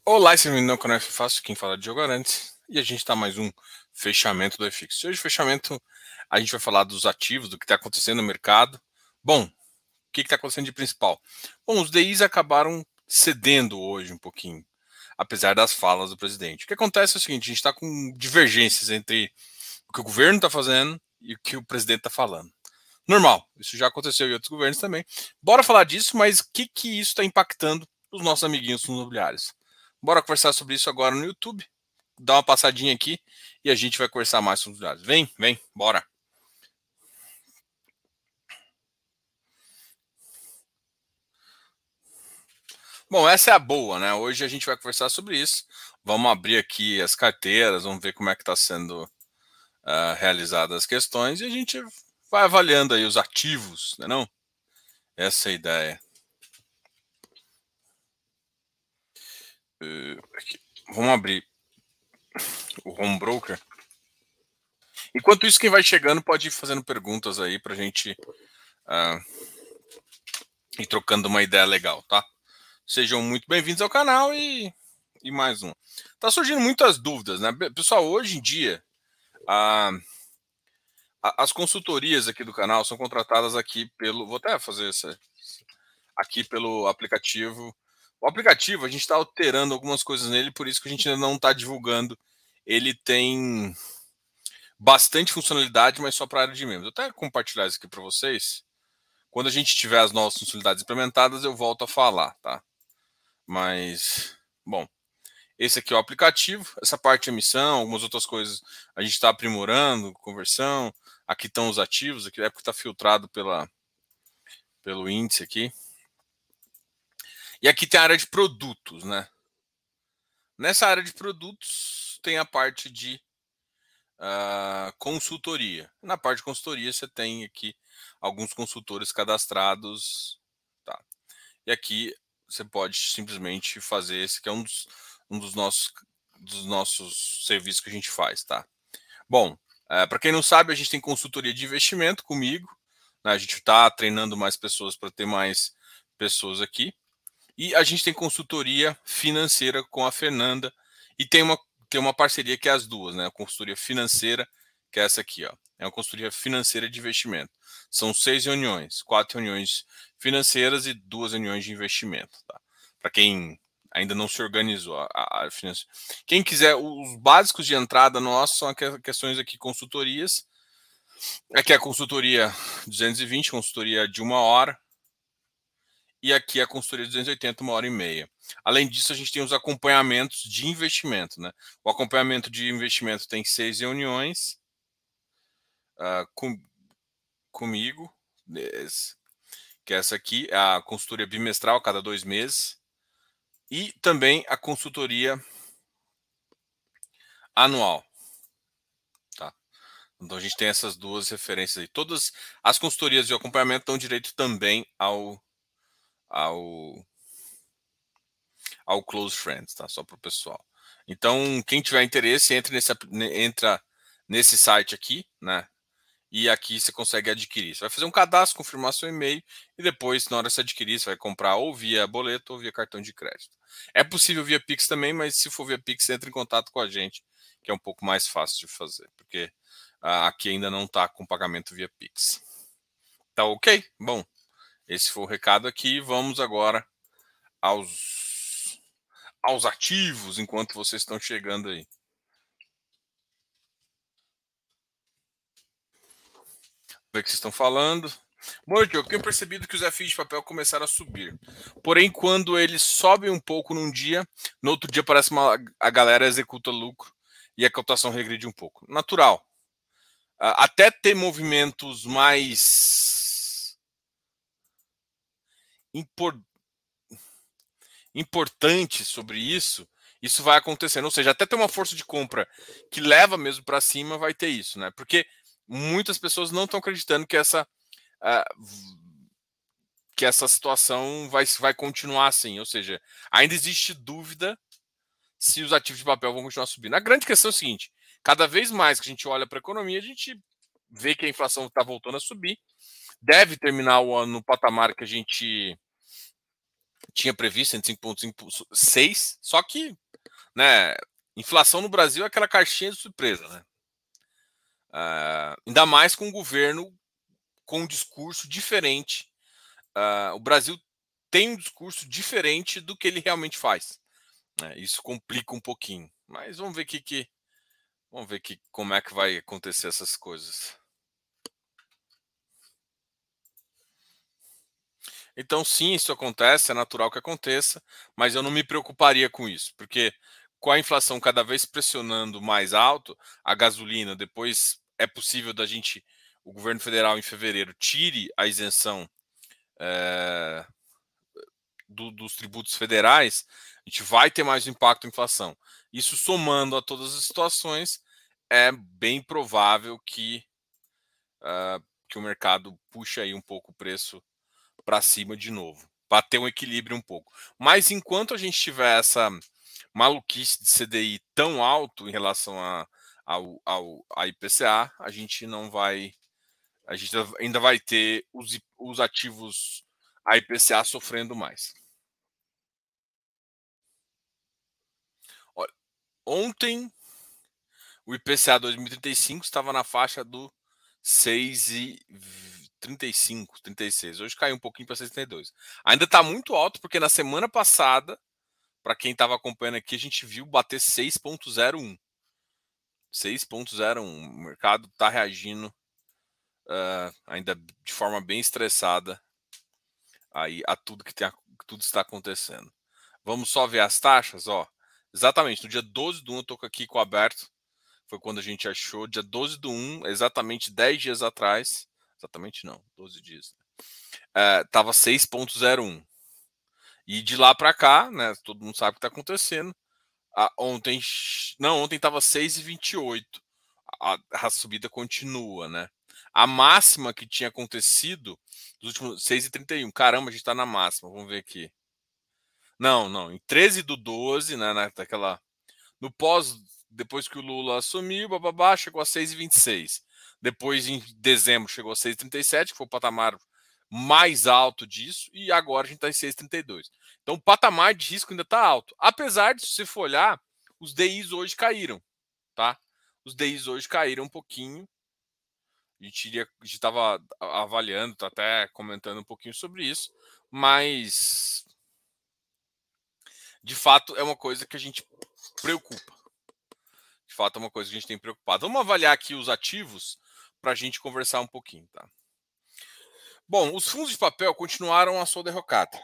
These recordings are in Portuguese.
Olá, esse é o não Conhece Fácil, quem fala é Diogo Arantes, e a gente está mais um fechamento do FX. Hoje, fechamento, a gente vai falar dos ativos, do que está acontecendo no mercado. Bom, o que está acontecendo de principal? Bom, os DIs acabaram cedendo hoje um pouquinho, apesar das falas do presidente. O que acontece é o seguinte, a gente está com divergências entre o que o governo está fazendo e o que o presidente está falando. Normal, isso já aconteceu em outros governos também. Bora falar disso, mas o que isso está impactando os nossos amiguinhos imobiliários? Bora conversar sobre isso agora no YouTube. Dá uma passadinha aqui e a gente vai conversar mais sobre os dados. Vem, bora. Bom, essa é a boa, né? Hoje a gente vai conversar sobre isso. Vamos abrir aqui as carteiras, vamos ver como é que está sendo realizadas as questões e a gente vai avaliando aí os ativos, né não? Essa é a ideia. Aqui. Vamos abrir o Home Broker. Enquanto isso, quem vai chegando pode ir fazendo perguntas aí para a gente ir trocando uma ideia legal, tá? Sejam muito bem-vindos ao canal e mais um. Tá surgindo muitas dúvidas, né? Pessoal, hoje em dia, as consultorias aqui do canal são contratadas aqui pelo... Vou até fazer essa... Aqui pelo aplicativo. O aplicativo, a gente está alterando algumas coisas nele, por isso que a gente ainda não está divulgando. Ele tem bastante funcionalidade, mas só para a área de membros. Vou até compartilhar isso aqui para vocês. Quando a gente tiver as novas funcionalidades implementadas, eu volto a falar, tá? Mas, bom, esse aqui é o aplicativo, essa parte de emissão, algumas outras coisas a gente está aprimorando, conversão. Aqui estão os ativos, aqui é porque está filtrado pelo índice aqui. E aqui tem a área de produtos, né? Nessa área de produtos tem a parte de consultoria. Na parte de consultoria você tem aqui alguns consultores cadastrados, tá? E aqui você pode simplesmente fazer esse que é um dos nossos serviços que a gente faz, tá? Bom, para quem não sabe, a gente tem consultoria de investimento comigo, né? A gente está treinando mais pessoas para ter mais pessoas aqui. E a gente tem consultoria financeira com a Fernanda e tem uma parceria que é as duas, né? A consultoria financeira, que é essa aqui, ó. É uma consultoria financeira de investimento. São 6 reuniões, 4 reuniões financeiras e 2 reuniões de investimento, tá? Para quem ainda não se organizou a financeira. Quem quiser, os básicos de entrada nossos são questões aqui, consultorias. Aqui é a consultoria 220, consultoria de 1 hora. E aqui a consultoria 280, 1 hora e meia. Além disso, a gente tem os acompanhamentos de investimento, né? O acompanhamento de investimento tem 6 reuniões comigo, que é essa aqui, a consultoria bimestral, a cada 2 meses, e também a consultoria anual. Tá? Então a gente tem essas duas referências aí. Todas as consultorias de acompanhamento dão direito também ao Close Friends, tá? Só para o pessoal. Então, quem tiver interesse, entra nesse site aqui, né? E aqui você consegue adquirir. Você vai fazer um cadastro, confirmar seu e-mail e depois, na hora de você adquirir, você vai comprar ou via boleto ou via cartão de crédito. É possível via Pix também, mas se for via Pix, entre em contato com a gente, que é um pouco mais fácil de fazer, porque aqui ainda não está com pagamento via Pix. Tá ok? Bom, esse foi o recado aqui. Vamos agora aos ativos enquanto vocês estão chegando aí. Ver o que vocês estão falando. Bom, eu tenho percebido que os FIs de papel começaram a subir. Porém, quando eles sobem um pouco num dia, no outro dia parece a galera executa lucro e a cotação regride um pouco. Natural. Até ter movimentos mais importantes sobre isso, isso vai acontecendo. Ou seja, até ter uma força de compra que leva mesmo para cima, vai ter isso, né? Porque muitas pessoas não estão acreditando que essa situação vai continuar assim. Ou seja, ainda existe dúvida se os ativos de papel vão continuar subindo. A grande questão é o seguinte: cada vez mais que a gente olha para a economia, a gente vê que a inflação está voltando a subir, deve terminar o ano no patamar que a gente tinha previsto 105,6, só que, né, inflação no Brasil é aquela caixinha de surpresa, né? Ainda mais com um governo com um discurso diferente. O Brasil tem um discurso diferente do que ele realmente faz, né? Isso complica um pouquinho, mas vamos ver como é que vai acontecer essas coisas. Então, sim, isso acontece, é natural que aconteça, mas eu não me preocuparia com isso, porque com a inflação cada vez pressionando mais alto, a gasolina, depois é possível o governo federal em fevereiro tire a isenção eh, dos tributos federais, a gente vai ter mais impacto na inflação. Isso somando a todas as situações, é bem provável que o mercado puxe aí um pouco o preço para cima de novo, para ter um equilíbrio um pouco. Mas enquanto a gente tiver essa maluquice de CDI tão alto em relação a IPCA, a gente não vai. A gente ainda vai ter os ativos a IPCA sofrendo mais. Olha, ontem o IPCA 2035 estava na faixa do 6,35, 36. Hoje caiu um pouquinho para 6,32. Ainda está muito alto, porque na semana passada, para quem estava acompanhando aqui, a gente viu bater 6,01. 6,01. O mercado está reagindo ainda de forma bem estressada aí a tudo está acontecendo. Vamos só ver as taxas, ó. Exatamente, no dia 12 do 1, eu estou aqui com o aberto. Foi quando a gente achou, dia 12 do 1, exatamente 10 dias atrás. Exatamente não, 12 dias. Tava 6,01. E de lá para cá, né, todo mundo sabe o que está acontecendo. Ontem estava 6,28. A subida continua, né? A máxima que tinha acontecido nos últimos 6,31. Caramba, a gente está na máxima. Vamos ver aqui. Não. Em 13 do 12, né? No depois que o Lula assumiu, bababá, chegou a 6,26. Depois, em dezembro, chegou a 6,37, que foi o patamar mais alto disso, e agora a gente está em 6,32. Então, o patamar de risco ainda está alto. Apesar de, se você for olhar, os DIs hoje caíram, tá? Os DIs hoje caíram um pouquinho. A gente estava avaliando, tá até comentando um pouquinho sobre isso, mas de fato é uma coisa que a gente preocupa. De fato é uma coisa que a gente tem preocupado. Vamos avaliar aqui os ativos para a gente conversar um pouquinho, tá? Bom, os fundos de papel continuaram a sua derrocada.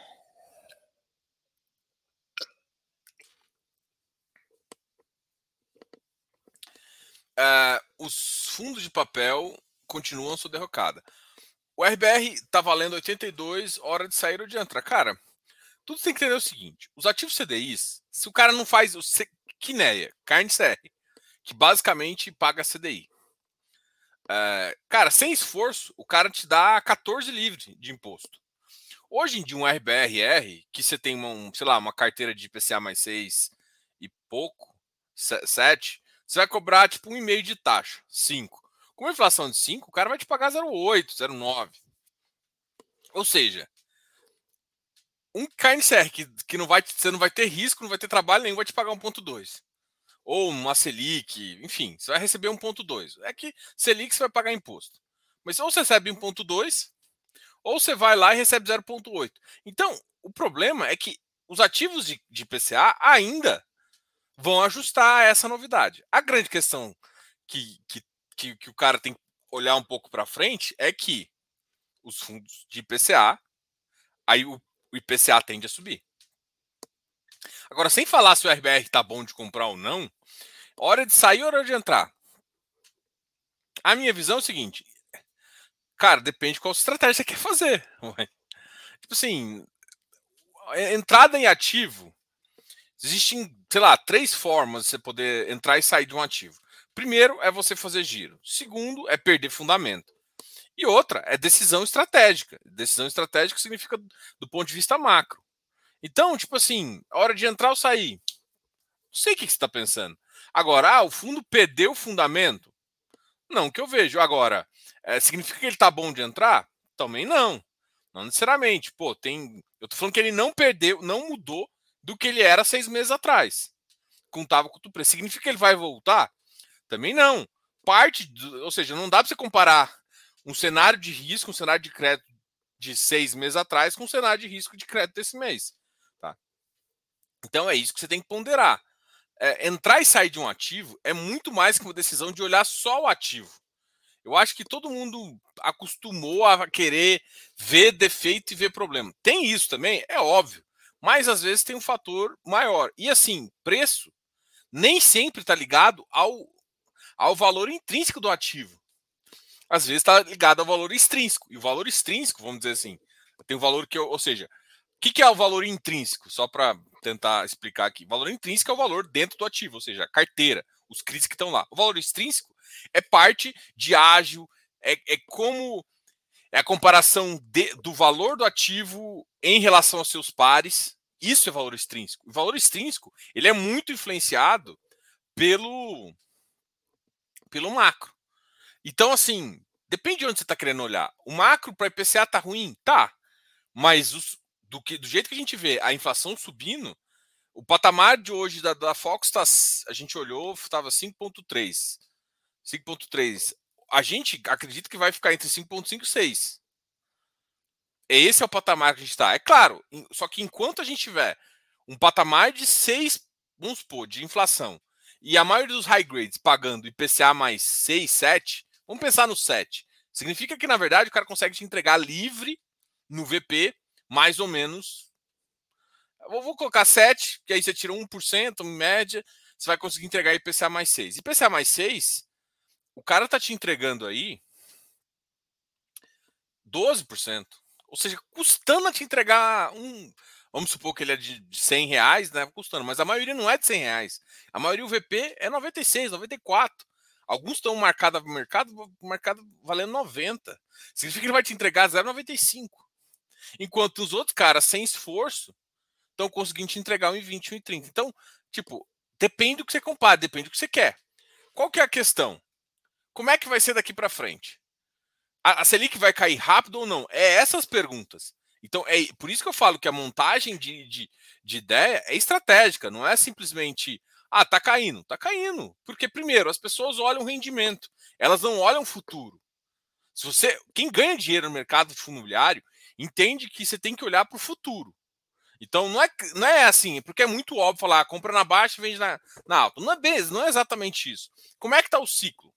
Os fundos de papel continuam a sua derrocada. O RBR está valendo 82, hora de sair ou de entrar. Cara, tudo tem que entender o seguinte: os ativos CDIs, se o cara não faz o Quineia, carne CR, que basicamente paga CDI. Cara, sem esforço, o cara te dá 14 livre de imposto. Hoje em dia, um RBRR, que você tem uma carteira de IPCA mais 6 e pouco, 7, você vai cobrar tipo 1,5 de taxa, 5. Com uma inflação de 5, o cara vai te pagar 0,8, 0,9. Ou seja, um KNCR que você não vai ter risco, não vai ter trabalho nenhum, vai te pagar 1,2. Ou uma Selic, enfim, você vai receber 1,2. É que Selic você vai pagar imposto. Mas ou você recebe 1,2, ou você vai lá e recebe 0,8. Então, o problema é que os ativos de IPCA ainda vão ajustar essa novidade. A grande questão que o cara tem que olhar um pouco para frente é que os fundos de IPCA, aí o IPCA tende a subir. Agora, sem falar se o RBR está bom de comprar ou não, hora de sair, hora de entrar. A minha visão é o seguinte, cara, depende de qual estratégia você quer fazer. Tipo assim, entrada em ativo, existem, sei lá, 3 formas de você poder entrar e sair de um ativo. Primeiro é você fazer giro. Segundo é perder fundamento. E outra é decisão estratégica. Decisão estratégica significa do ponto de vista macro. Então, tipo assim, hora de entrar ou sair. Não sei o que você está pensando. Agora, o fundo perdeu o fundamento? Não, que eu vejo. Agora, significa que ele está bom de entrar? Também não. Não necessariamente. Pô, eu tô falando que ele não perdeu, não mudou do que ele era 6 meses atrás. Contava com o preço. Significa que ele vai voltar? Também não. Ou seja, não dá para você comparar um cenário de risco, um cenário de crédito de 6 meses atrás com um cenário de risco de crédito desse mês. Tá? Então é isso que você tem que ponderar. Entrar e sair de um ativo é muito mais que uma decisão de olhar só o ativo. Eu acho que todo mundo acostumou a querer ver defeito e ver problema. Tem isso também, é óbvio. Mas às vezes tem um fator maior. E assim, preço nem sempre está ligado ao valor intrínseco do ativo. Às vezes está ligado ao valor extrínseco. E o valor extrínseco, vamos dizer assim, tem um valor ou seja, o que é o valor intrínseco? Só para tentar explicar aqui. O valor intrínseco é o valor dentro do ativo, ou seja, a carteira, os CRIs que estão lá. O valor extrínseco é parte de ágio, como é a comparação do valor do ativo em relação aos seus pares. Isso é valor extrínseco. O valor extrínseco ele é muito influenciado pelo macro. Então, assim, depende de onde você está querendo olhar. O macro para IPCA tá ruim? Tá. Mas do jeito que a gente vê a inflação subindo, o patamar de hoje da Fox a gente olhou, estava 5,3. 5,3. A gente acredita que vai ficar entre 5,5 e 6. Esse é o patamar que a gente está. É claro, só que enquanto a gente tiver um patamar de 6, vamos supor, de inflação, e a maioria dos high grades pagando IPCA mais 6, 7, vamos pensar no 7. Significa que, na verdade, o cara consegue te entregar livre no VP, mais ou menos. Eu vou colocar 7, que aí você tira 1%, em média, você vai conseguir entregar IPCA mais 6. IPCA mais 6, o cara tá te entregando aí 12%. Ou seja, custando a te entregar Vamos supor que ele é de R$ 100, né? Custando, mas a maioria não é de R$ 100. A maioria o VP é 96, 94. Alguns estão marcados no mercado valendo 90. Significa que ele vai te entregar 0,95. Enquanto os outros caras, sem esforço, estão conseguindo te entregar 1,20, 1,30. Então, tipo, depende do que você compara, depende do que você quer. Qual que é a questão? Como é que vai ser daqui para frente? A Selic vai cair rápido ou não? É essas perguntas. Então, é por isso que eu falo que a montagem de ideia é estratégica, não é simplesmente, tá caindo. Tá caindo. Porque, primeiro, as pessoas olham o rendimento, elas não olham o futuro. Quem ganha dinheiro no mercado de fundo imobiliário entende que você tem que olhar para o futuro. Então, não é assim, porque é muito óbvio falar, compra na baixa e vende na alta. Não é exatamente isso. Como é que está o ciclo?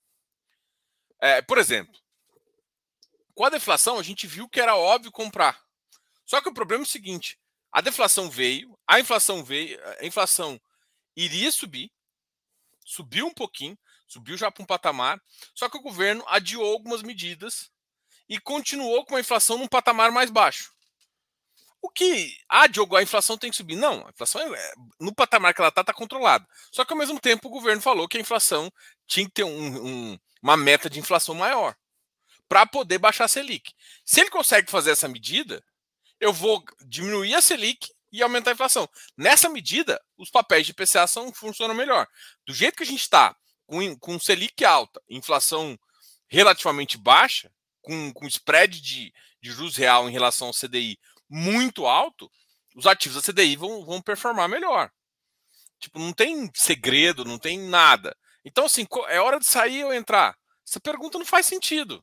Por exemplo, com a deflação, a gente viu que era óbvio comprar. Só que o problema é o seguinte: a deflação veio, a inflação iria subir, subiu um pouquinho, subiu já para um patamar, só que o governo adiou algumas medidas e continuou com a inflação num patamar mais baixo. O que. Diogo, a inflação tem que subir. Não, a inflação no patamar que ela está controlada. Só que ao mesmo tempo o governo falou que a inflação tinha que ter uma meta de inflação maior para poder baixar a Selic. Se ele consegue fazer essa medida, eu vou diminuir a Selic e aumentar a inflação. Nessa medida, os papéis de IPCA funcionam melhor. Do jeito que a gente está, com Selic alta, inflação relativamente baixa, com spread de juros real em relação ao CDI muito alto, os ativos da CDI vão performar melhor. Tipo, não tem segredo, não tem nada. Então, assim, é hora de sair ou entrar? Essa pergunta não faz sentido.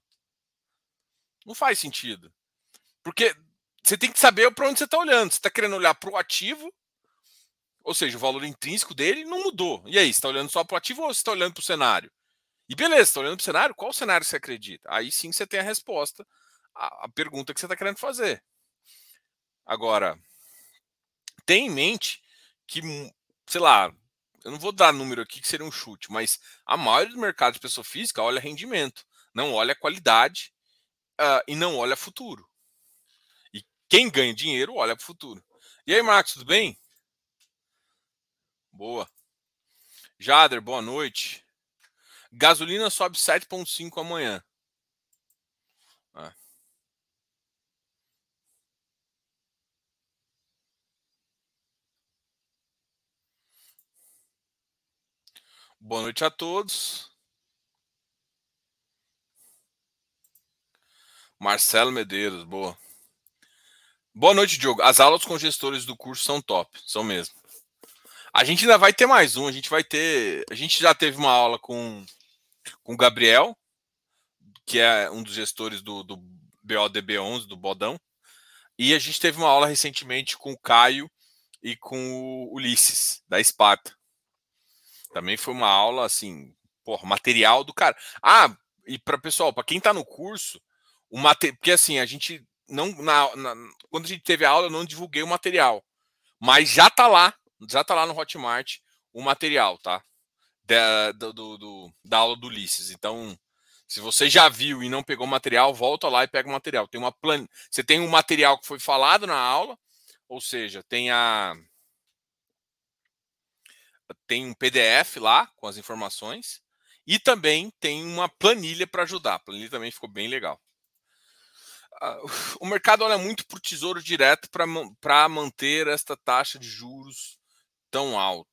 Não faz sentido. Porque você tem que saber para onde você está olhando. Você está querendo olhar para o ativo, ou seja, o valor intrínseco dele não mudou. E aí, você está olhando só para o ativo ou você está olhando para o cenário? E beleza, você está olhando para o cenário, qual cenário você acredita? Aí sim você tem a resposta à pergunta que você está querendo fazer. Agora, tenha em mente que, sei lá, eu não vou dar número aqui que seria um chute, mas a maioria do mercado de pessoa física olha rendimento, não olha qualidade e não olha futuro. E quem ganha dinheiro olha para o futuro. E aí, Marcos, tudo bem? Boa. Jader, boa noite. Gasolina sobe 7,5 amanhã. Ah. Boa noite a todos. Marcelo Medeiros, boa. Boa noite, Diogo. As aulas com gestores do curso são top, são mesmo. A gente ainda vai ter mais um, a gente vai ter. A gente já teve uma aula com o Gabriel, que é um dos gestores do BODB11, do Bodão. E a gente teve uma aula recentemente com o Caio e com o Ulisses, da Esparta. Também foi uma aula, assim, porra, material do cara. Ah, e para pessoal, para quem tá no curso, porque assim, a gente não. Quando a gente teve a aula, eu não divulguei o material. Mas já tá lá no Hotmart o material, tá? Da aula do Ulisses. Então, se você já viu e não pegou o material, volta lá e pega o material. Tem Você tem um material que foi falado na aula, ou seja, tem um PDF lá com as informações e também tem uma planilha para ajudar. A planilha também ficou bem legal. O mercado olha muito para o Tesouro Direto para manter esta taxa de juros tão alta.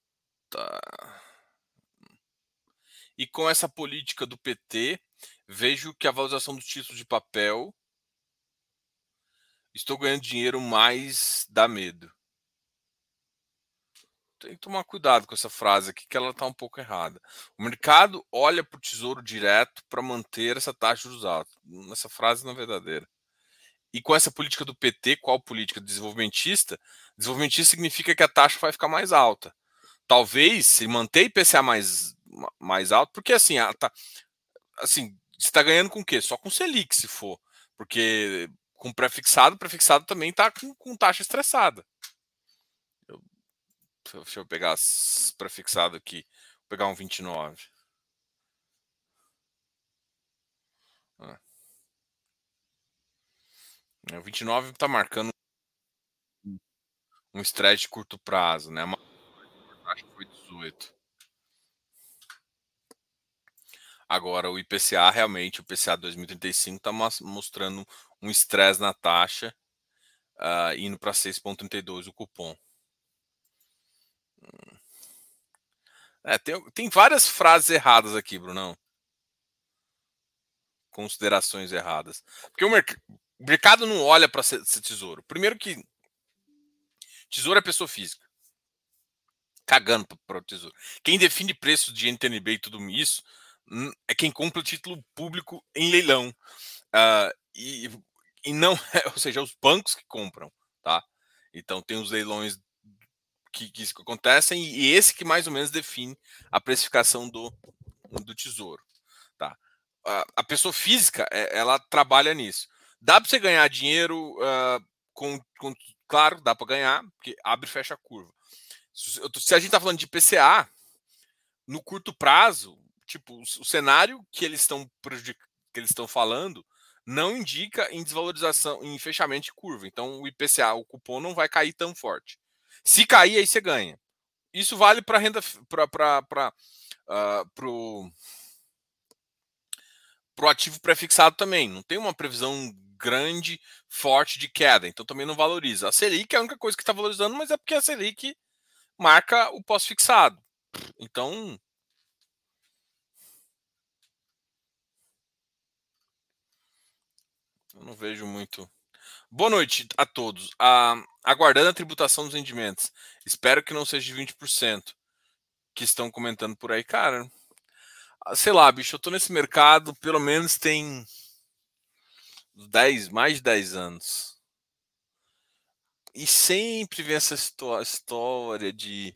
E com essa política do PT, vejo que a valorização dos títulos de papel, estou ganhando dinheiro, mais dá medo. Tem que tomar cuidado com essa frase aqui, que ela está um pouco errada. O mercado olha para o Tesouro Direto para manter essa taxa de juros alta. Essa frase não é verdadeira. E com essa política do PT, qual política desenvolvimentista? Desenvolvimentista significa que a taxa vai ficar mais alta. Talvez se manter IPCA mais alto, porque assim, assim, você está ganhando com o quê? Só com Selic, se for. Porque com prefixado também está com taxa estressada. Deixa eu pegar prefixado aqui. Vou pegar um 29. O 29 está marcando um stress de curto prazo, né? Acho que foi 18. Agora, o IPCA, realmente, o IPCA 2035 está mostrando um estresse na taxa, indo para 6,32 o cupom. Tem várias frases erradas aqui, Brunão. Considerações erradas. Porque o mercado não olha para ser tesouro. Primeiro que tesouro é pessoa física. Cagando para o tesouro. Quem define preço de NTNB e tudo isso é quem compra o título público em leilão. E não, ou seja, os bancos que compram, tá? Então tem os leilões que acontecem e esse que mais ou menos define a precificação do tesouro, tá? A pessoa física, ela trabalha nisso. Dá para você ganhar dinheiro claro, dá para ganhar, porque abre e fecha a curva. Se a gente está falando de PCA, no curto prazo, tipo, o cenário que eles estão falando não indica em desvalorização, em fechamento de curva. Então o IPCA, o cupom não vai cair tão forte. Se cair, aí você ganha. Isso vale para renda para pro ativo prefixado também. Não tem uma previsão grande, forte de queda, então também não valoriza. A Selic é a única coisa que está valorizando, mas é porque a Selic marca o pós-fixado. Então, eu não vejo muito. Boa noite a todos. Aguardando a tributação dos rendimentos. Espero que não seja de 20% que estão comentando por aí. Cara, sei lá, bicho, eu tô nesse mercado pelo menos tem mais de 10 anos. E sempre vem essa história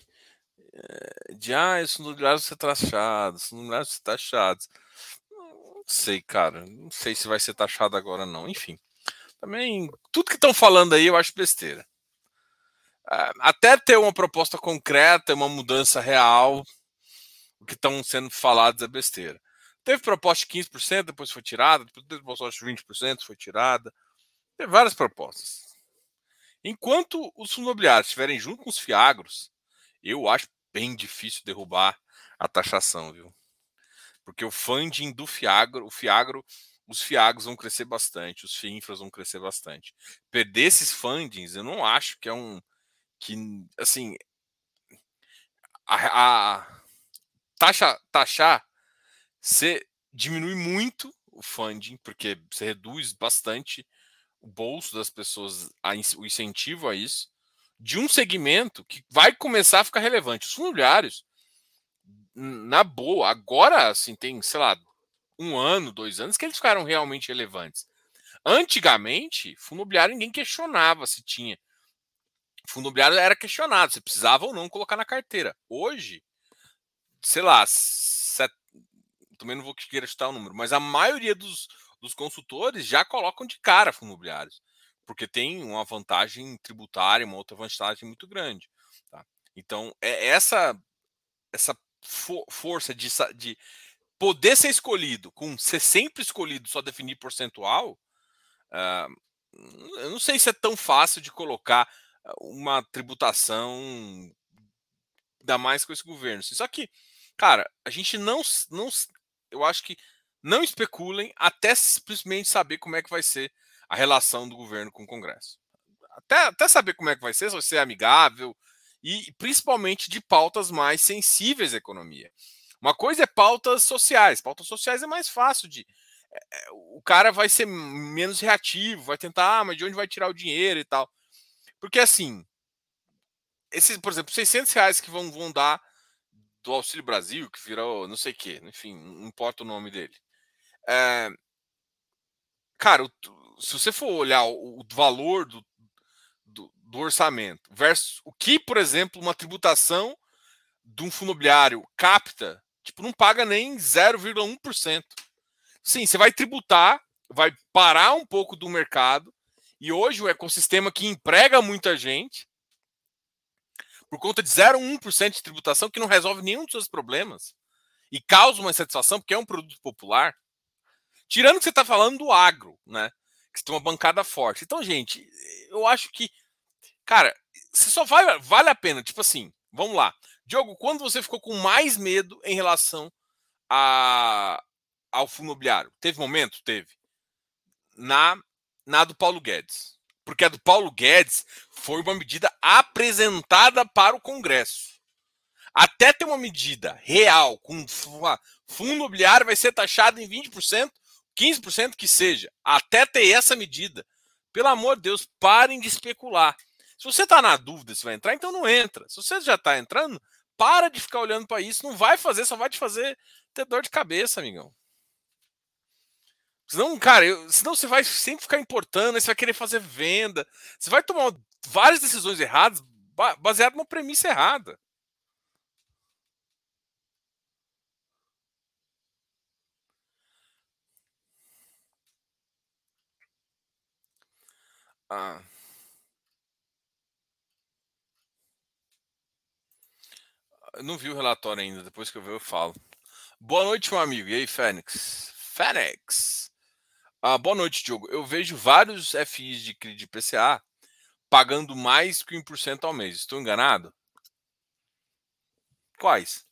de os fundos imobiliários vão ser taxados, os fundos imobiliários vão ser taxados. Não sei, cara. Não sei se vai ser taxado agora, não. Enfim. Também, tudo que estão falando aí eu acho besteira. Até ter uma proposta concreta, uma mudança real, o que estão sendo falados é besteira. Teve proposta de 15%, depois foi tirada, depois teve proposta de 20%, foi tirada. Teve várias propostas. Enquanto os fundos imobiliários estiverem junto com os fiagros, eu acho bem difícil derrubar a taxação, viu? Porque o funding do os fiagros vão crescer bastante, os FIINFRAs vão crescer bastante. Perder esses fundings, eu não acho que é que assim a taxar você diminui muito o funding, porque você reduz bastante o bolso das pessoas, o incentivo a isso, de um segmento que vai começar a ficar relevante. Os fundiários, na boa, agora assim, tem, sei lá, 1 ano, 2 anos que eles ficaram realmente relevantes. Antigamente, fundo imobiliário ninguém questionava se tinha. Fundo imobiliário era questionado, se precisava ou não colocar na carteira. Hoje, sei lá, também não vou querer chutar o número, mas a maioria dos consultores já colocam de cara fundo imobiliários, porque tem uma vantagem tributária, uma outra vantagem muito grande. Tá? Então, é essa força de poder ser escolhido, com ser sempre escolhido, só definir percentual, eu não sei se é tão fácil de colocar uma tributação, ainda mais com esse governo. Só que, cara, a gente não eu acho que não especulem até simplesmente saber como é que vai ser a relação do governo com o Congresso. Até saber como é que vai ser, se vai ser amigável, e principalmente de pautas mais sensíveis à economia. Uma coisa é pautas sociais. Pautas sociais é mais fácil de. O cara vai ser menos reativo, vai tentar, mas de onde vai tirar o dinheiro e tal. Porque assim, esses, por exemplo, R$ 600 que vão dar do Auxílio Brasil, que virou não sei o quê, enfim, não importa o nome dele. É, cara, se você for olhar o valor do orçamento versus o que, por exemplo, uma tributação de um fundo imobiliário capta, tipo, não paga nem 0,1%. Sim, você vai tributar, vai parar um pouco do mercado, e hoje o ecossistema que emprega muita gente, por conta de 0,1% de tributação, que não resolve nenhum dos seus problemas, e causa uma insatisfação, porque é um produto popular, tirando que você está falando do agro, né? Que você tem uma bancada forte. Então, gente, eu acho que, cara, você só vale a pena, tipo assim, vamos lá. Diogo, quando você ficou com mais medo em relação ao fundo imobiliário? Teve momento? Teve. Na do Paulo Guedes. Porque a do Paulo Guedes foi uma medida apresentada para o Congresso. Até ter uma medida real, com fundo imobiliário vai ser taxado em 20%, 15% que seja. Até ter essa medida. Pelo amor de Deus, parem de especular. Se você está na dúvida se vai entrar, então não entra. Se você já está entrando, para de ficar olhando para isso. Não vai fazer, só vai te fazer ter dor de cabeça, amigão. Senão, cara, senão você vai sempre ficar importando, aí você vai querer fazer venda. Você vai tomar várias decisões erradas baseado numa premissa errada. Ah, eu não vi o relatório ainda, depois que eu ver eu falo. Boa noite, meu amigo. E aí, Fênix? Fênix. Boa noite, Diogo. Eu vejo vários FIs de CRI de PCA pagando mais que 1% ao mês. Estou enganado? Quais?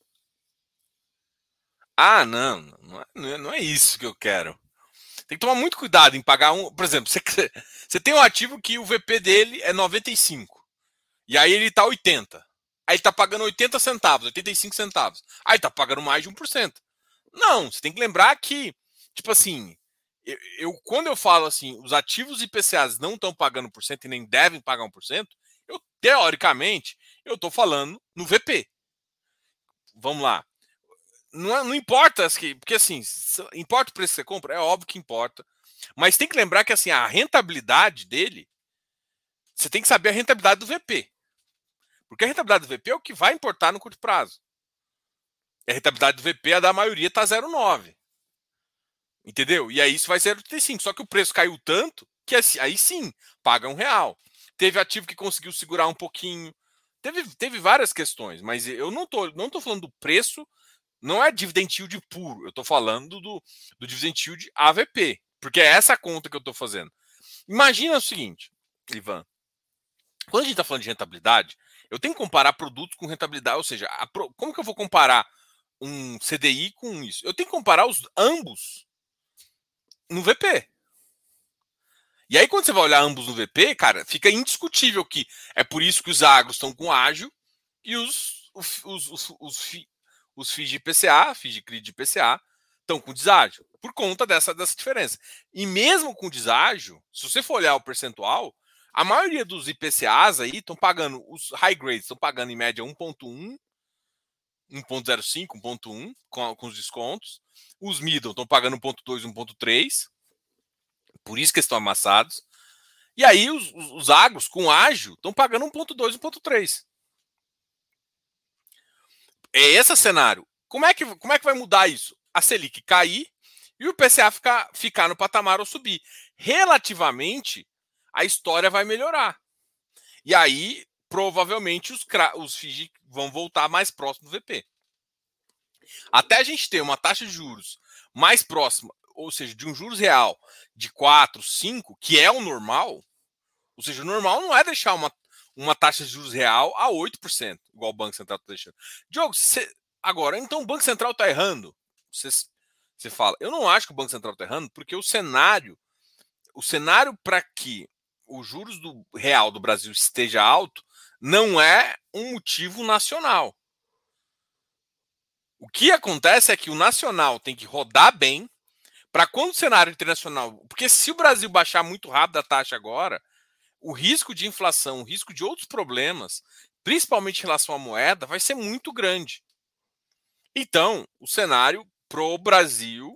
Não é isso que eu quero. Tem que tomar muito cuidado em pagar um. Por exemplo, você tem um ativo que o VP dele é 95. E aí ele tá 80. Aí ele tá pagando 80 centavos, 85 centavos. Aí tá pagando mais de 1%. Não, você tem que lembrar que, tipo assim, quando eu falo assim, os ativos IPCAs não estão pagando 1% e nem devem pagar 1%, teoricamente, eu tô falando no VP. Vamos lá. Não importa, porque assim, importa o preço que você compra? É óbvio que importa. Mas tem que lembrar que assim, a rentabilidade dele, você tem que saber a rentabilidade do VP. Porque a rentabilidade do VP é o que vai importar no curto prazo. A rentabilidade do VP, a da maioria, está 0,9. Entendeu? E aí isso vai ser 0,35. Só que o preço caiu tanto que aí sim, paga R$ 1. Teve ativo que conseguiu segurar um pouquinho. Teve várias questões, mas eu não tô falando do preço, não é dividend yield puro. Eu estou falando do dividend yield AVP. Porque é essa a conta que eu estou fazendo. Imagina o seguinte, Ivan. Quando a gente está falando de rentabilidade, eu tenho que comparar produtos com rentabilidade. Ou seja, como que eu vou comparar um CDI com isso? Eu tenho que comparar ambos no VP. E aí, quando você vai olhar ambos no VP, cara, fica indiscutível que é por isso que os agros estão com ágil e os FIIs de IPCA, FIIs de CRI de IPCA, estão com deságio, por conta dessa diferença. E mesmo com deságio, se você for olhar o percentual, a maioria dos IPCAs aí estão pagando, os high grades estão pagando em média 1,1, 1,05, 1,1 com os descontos. Os middle estão pagando 1,2, 1,3, por isso que eles estão amassados. E aí os agros com ágio estão pagando 1,2, 1,3. É esse cenário. Como é que vai mudar isso? A Selic cair e o IPCA ficar no patamar ou subir. Relativamente, a história vai melhorar. E aí, provavelmente, os FIIs vão voltar mais próximo do VP. Até a gente ter uma taxa de juros mais próxima, ou seja, de um juros real de 4, 5, que é o normal, ou seja, o normal não é deixar uma taxa de juros real a 8%, igual o Banco Central está deixando. Diogo, agora, então o Banco Central está errando? Você fala, eu não acho que o Banco Central está errando, porque o cenário para que os juros do real do Brasil esteja alto não é um motivo nacional. O que acontece é que o nacional tem que rodar bem para quando o cenário internacional. Porque se o Brasil baixar muito rápido a taxa agora, o risco de inflação, o risco de outros problemas, principalmente em relação à moeda, vai ser muito grande. Então, o cenário pro Brasil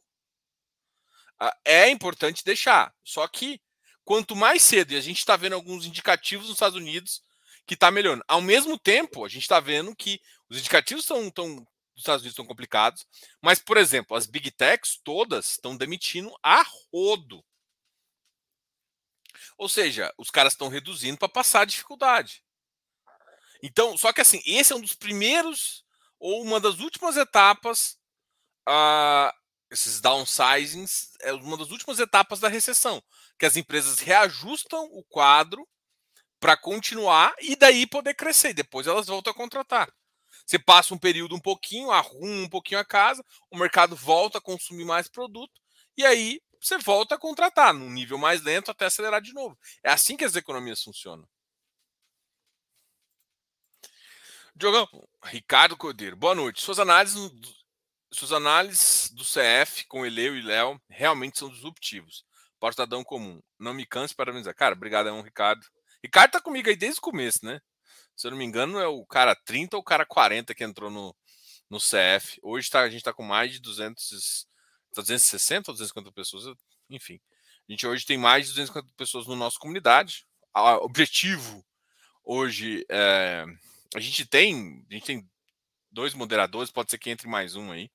é importante deixar. Só que quanto mais cedo, e a gente está vendo alguns indicativos nos Estados Unidos que está melhorando. Ao mesmo tempo, a gente está vendo que os indicativos dos Estados Unidos estão complicados, mas, por exemplo, as Big Techs todas estão demitindo a rodo. Ou seja, os caras estão reduzindo para passar a dificuldade. Então, só que assim, esse é um dos primeiros ou uma das últimas etapas, esses downsizings, é uma das últimas etapas da recessão, que as empresas reajustam o quadro para continuar e daí poder crescer. Depois elas voltam a contratar. Você passa um período um pouquinho, arruma um pouquinho a casa, o mercado volta a consumir mais produto e aí você volta a contratar num nível mais lento até acelerar de novo. É assim que as economias funcionam. Diogão, Ricardo Cordeiro, boa noite. Suas análises do CF com Eleu e Léo realmente são disruptivos. Portadão comum. Não me canse para parabenizar. Cara, obrigadão, Ricardo. Ricardo tá comigo aí desde o começo, né? Se eu não me engano, é o cara 30 ou o cara 40 que entrou no CF. Hoje a gente tá com mais de 260 ou 250 pessoas. Enfim, a gente hoje tem mais de 250 pessoas na nossa comunidade. O objetivo hoje é. A gente tem 2 moderadores, pode ser que entre mais um aí.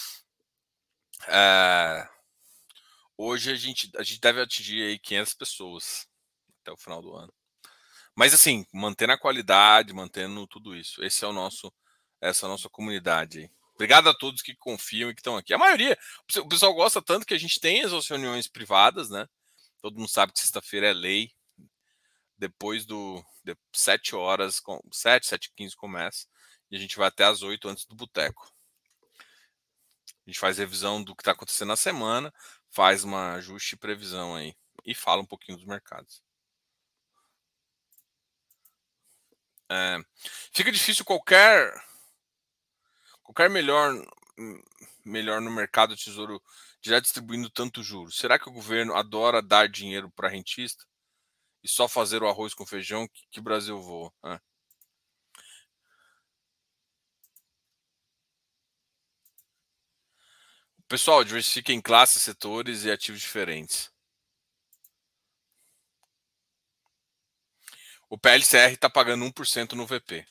Hoje a gente deve atingir aí 500 pessoas até o final do ano. Mas assim, mantendo a qualidade, mantendo tudo isso. Essa é a nossa comunidade aí. Obrigado a todos que confiam e que estão aqui. A maioria, o pessoal gosta tanto que a gente tem as reuniões privadas, né? Todo mundo sabe que sexta-feira é lei. Depois de 7 horas, 7h15 começa. E a gente vai até as 8 antes do boteco. A gente faz revisão do que está acontecendo na semana, faz uma ajuste e previsão aí. E fala um pouquinho dos mercados. Fica difícil qualquer melhor no mercado de tesouro já distribuindo tanto juros. Será que o governo adora dar dinheiro para rentista e só fazer o arroz com feijão que o Brasil voa? Pessoal, diversifique em classes, setores e ativos diferentes. O PLCR está pagando 1% no VP.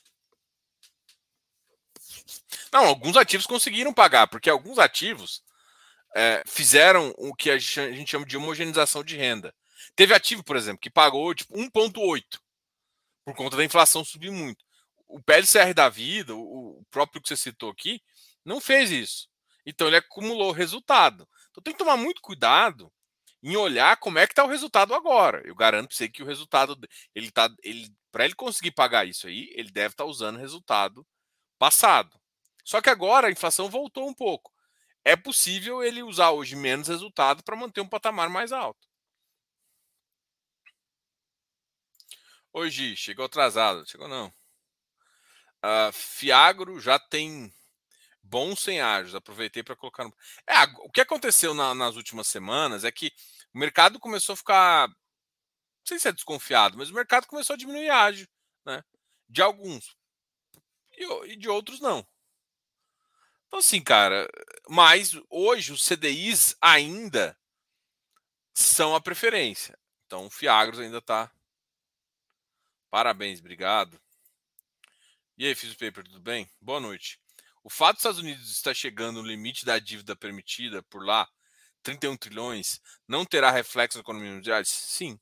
Não, alguns ativos conseguiram pagar, porque alguns ativos fizeram o que a gente chama de homogeneização de renda. Teve ativo, por exemplo, que pagou tipo 1,8 por conta da inflação subir muito. O PLCR da vida, o próprio que você citou aqui, não fez isso. Então ele acumulou resultado. Então tem que tomar muito cuidado em olhar como é que está o resultado agora. Eu garanto para você que o resultado para ele conseguir pagar isso aí, ele deve estar usando o resultado passado. Só que agora a inflação voltou um pouco. É possível ele usar hoje menos resultado para manter um patamar mais alto. Hoje, chegou atrasado. Chegou não. Fiagro já tem Bons sem ágios, aproveitei para colocar no. O que aconteceu nas últimas semanas é que o mercado começou a ficar, não sei se é desconfiado, mas o mercado começou a diminuir ágio, né? De alguns e de outros não. Então, assim, cara, mas hoje os CDIs ainda são a preferência. Então, o Fiagros ainda tá. Parabéns, obrigado. E aí, fiz o paper, tudo bem? Boa noite. O fato dos Estados Unidos estar chegando no limite da dívida permitida por lá, 31 trilhões, não terá reflexo na economia mundial? Sim.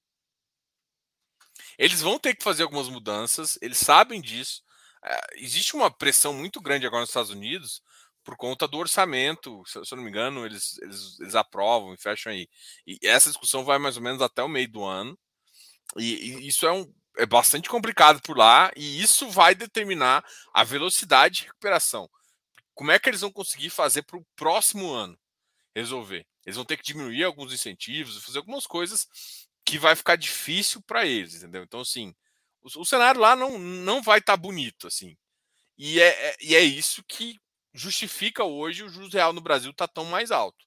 Eles vão ter que fazer algumas mudanças, eles sabem disso. Existe uma pressão muito grande agora nos Estados Unidos por conta do orçamento. Se eu não me engano, eles aprovam e fecham aí. E essa discussão vai mais ou menos até o meio do ano. E isso é bastante complicado por lá, e isso vai determinar a velocidade de recuperação. Como é que eles vão conseguir fazer para o próximo ano resolver? Eles vão ter que diminuir alguns incentivos, fazer algumas coisas que vai ficar difícil para eles, entendeu? Então, assim, o cenário lá não vai estar bonito, assim. E é isso que justifica hoje o juros real no Brasil estar tão mais alto.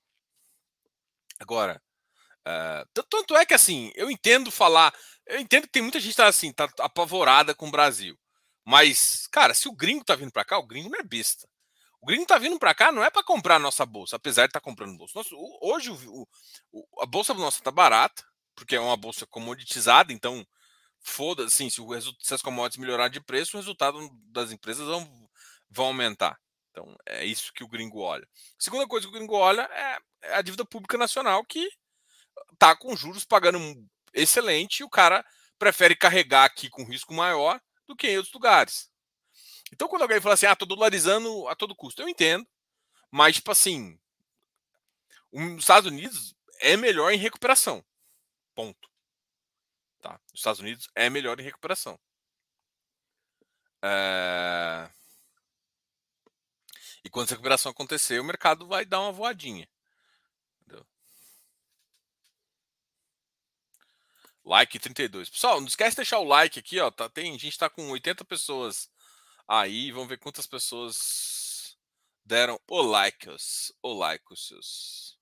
Agora, tanto é que, assim, eu entendo que tem muita gente que tá, assim, tá apavorada com o Brasil. Mas, cara, se o gringo tá vindo para cá, o gringo não é besta. O gringo tá vindo para cá não é para comprar a nossa bolsa, apesar de estar comprando bolsa. Hoje a bolsa nossa tá barata, porque é uma bolsa comoditizada, então foda, assim, se as commodities melhorar de preço, o resultado das empresas vão aumentar. Então é isso que o gringo olha. A segunda coisa que o gringo olha é a dívida pública nacional, que tá com juros pagando excelente, e o cara prefere carregar aqui com risco maior do que em outros lugares. Então, quando alguém fala assim, tô dolarizando a todo custo, eu entendo, mas, tipo assim, os Estados Unidos é melhor em recuperação. Ponto. Tá? Os Estados Unidos é melhor em recuperação. E quando essa recuperação acontecer, o mercado vai dar uma voadinha. Entendeu? Like 32. Pessoal, não esquece de deixar o like aqui, ó. A gente tá com 80 pessoas aí. Vamos ver quantas pessoas deram o likes. O like, os seus.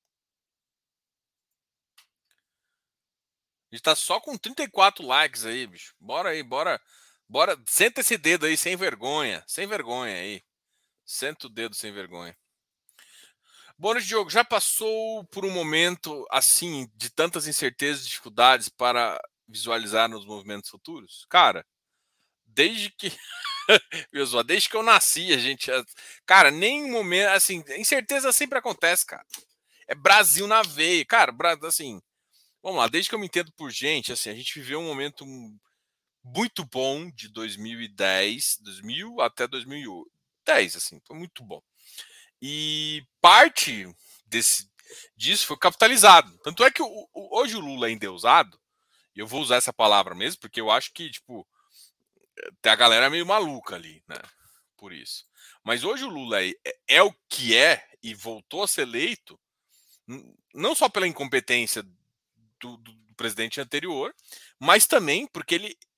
A gente tá só com 34 likes aí, bicho. Bora aí, bora. Bora, senta esse dedo aí sem vergonha. Sem vergonha aí. Senta o dedo sem vergonha. Boa noite, Diogo. Já passou por um momento assim de tantas incertezas e dificuldades para visualizar nos movimentos futuros? Cara, desde que desde que eu nasci, a gente, cara, nem momento assim, incerteza sempre acontece, cara. É Brasil na veia, cara, assim, vamos lá, desde que eu me entendo por gente, assim, a gente viveu um momento muito bom de 2010, 2000 até 2010, assim, foi muito bom. E parte disso foi capitalizado. Tanto é que hoje o Lula é endeusado, e eu vou usar essa palavra mesmo, porque eu acho que, tipo, tem a galera meio maluca ali, né? Por isso. Mas hoje o Lula é o que é e voltou a ser eleito, não só pela incompetência do presidente anterior, mas também porque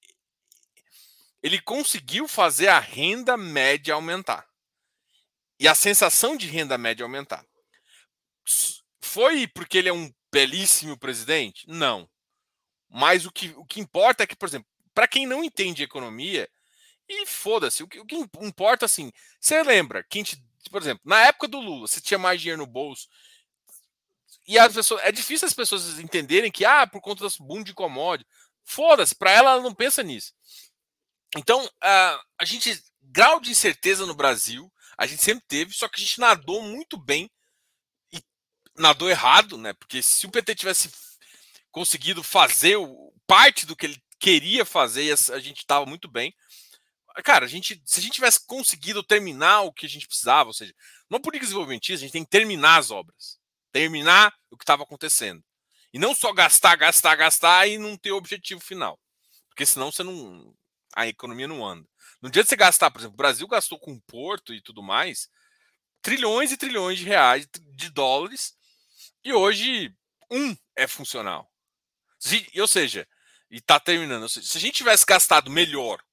ele conseguiu fazer a renda média aumentar. E a sensação de renda média aumentar. Foi porque ele é um belíssimo presidente? Não. Mas o que importa é que, por exemplo, para quem não entende economia, e foda-se, o que importa, assim, você lembra, por exemplo, na época do Lula, você tinha mais dinheiro no bolso, e as pessoas, é difícil as pessoas entenderem que, por conta das boom de commodity, foda-se, para ela não pensa nisso. Então, a gente, grau de incerteza no Brasil, a gente sempre teve, só que a gente nadou muito bem e nadou errado, né? Porque se o PT tivesse conseguido fazer parte do que ele queria fazer, a gente estava muito bem. Cara, se a gente tivesse conseguido terminar o que a gente precisava, ou seja, numa política desenvolvimentista, a gente tem que terminar as obras, terminar o que estava acontecendo. E não só gastar, gastar, gastar e não ter o objetivo final. Porque senão a economia não anda. No dia de você gastar, por exemplo, o Brasil gastou com porto e tudo mais, trilhões e trilhões de reais, de dólares, e hoje é funcional. Ou seja, e está terminando. Se a gente tivesse gastado melhor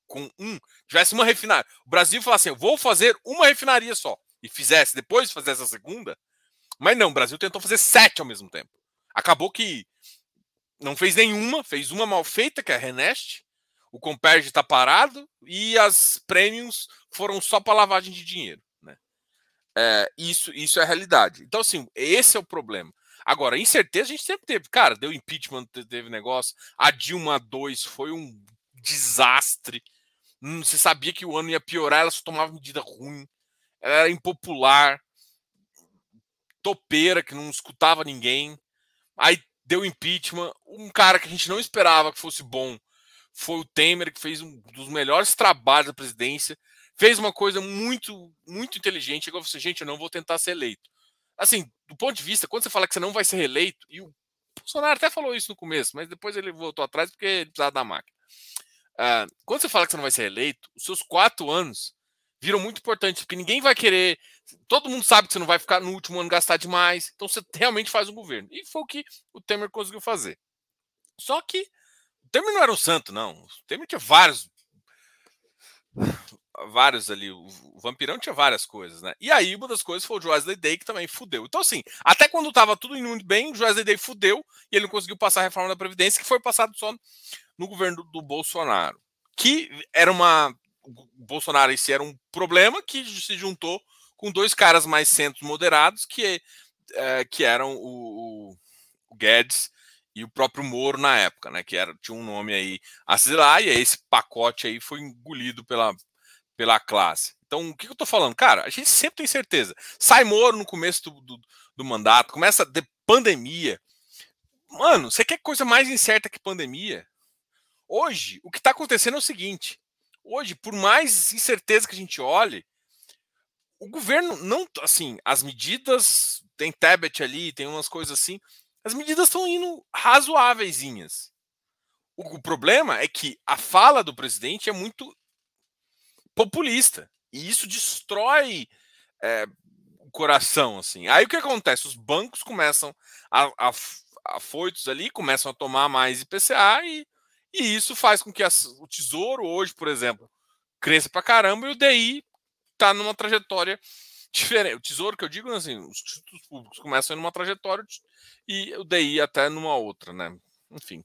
tivesse uma refinaria, o Brasil falasse assim, eu vou fazer uma refinaria só, e fizesse, depois de fazer essa segunda, mas não, o Brasil tentou fazer 7 ao mesmo tempo. Acabou que não fez nenhuma, fez uma mal feita, que é a Renest, o Comperj está parado, e as Premiums foram só para lavagem de dinheiro. Né? Isso é a realidade. Então, assim, esse é o problema. Agora, incerteza a gente sempre teve. Cara, deu impeachment, teve negócio. A Dilma 2 foi um desastre. Você sabia que o ano ia piorar, ela só tomava medida ruim. Ela era impopular, topeira, que não escutava ninguém. Aí deu impeachment. Um cara que a gente não esperava que fosse bom foi o Temer, que fez um dos melhores trabalhos da presidência. Fez uma coisa muito, muito inteligente. Chegou e falou assim, gente, eu não vou tentar ser eleito. Assim, do ponto de vista, quando você fala que você não vai ser reeleito, e o Bolsonaro até falou isso no começo, mas depois ele voltou atrás porque ele precisava da máquina. Quando você fala que você não vai ser reeleito, os seus 4 anos viram muito importantes, porque ninguém vai querer. Todo mundo sabe que você não vai ficar no último ano gastar demais, então você realmente faz um governo. E foi o que o Temer conseguiu fazer. Só que o Temer não era um santo, não. O Temer tinha vários ali. O Vampirão tinha várias coisas, né? E aí, uma das coisas foi o Wesley Day, que também fudeu. Então, assim, até quando tava tudo indo muito bem, o Wesley Day fudeu e ele não conseguiu passar a reforma da Previdência, que foi passado só no governo do Bolsonaro. Que era uma. O Bolsonaro esse era um problema que se juntou com 2 caras mais centro-moderados, que eram o Guedes e o próprio Moro na época, né? Tinha um nome aí a se lá, e aí esse pacote aí foi engolido pela classe. Então, o que eu tô falando? Cara, a gente sempre tem certeza. Sai Moro no começo do mandato, começa de pandemia. Mano, você quer coisa mais incerta que pandemia? Hoje, o que está acontecendo é o seguinte: hoje, por mais incerteza que a gente olhe, o governo não. Assim, as medidas. Tem Tebet ali, tem umas coisas assim. As medidas estão indo razoáveiszinhas. O problema é que a fala do presidente é muito populista. E isso destrói o coração. Assim. Aí o que acontece? Os bancos começam afoitos ali, começam a tomar mais IPCA e isso faz com que o Tesouro hoje, por exemplo, cresça pra caramba e o DI está numa trajetória diferente. O Tesouro que eu digo, assim, os títulos públicos começam numa trajetória e o DI até numa outra, né? Enfim.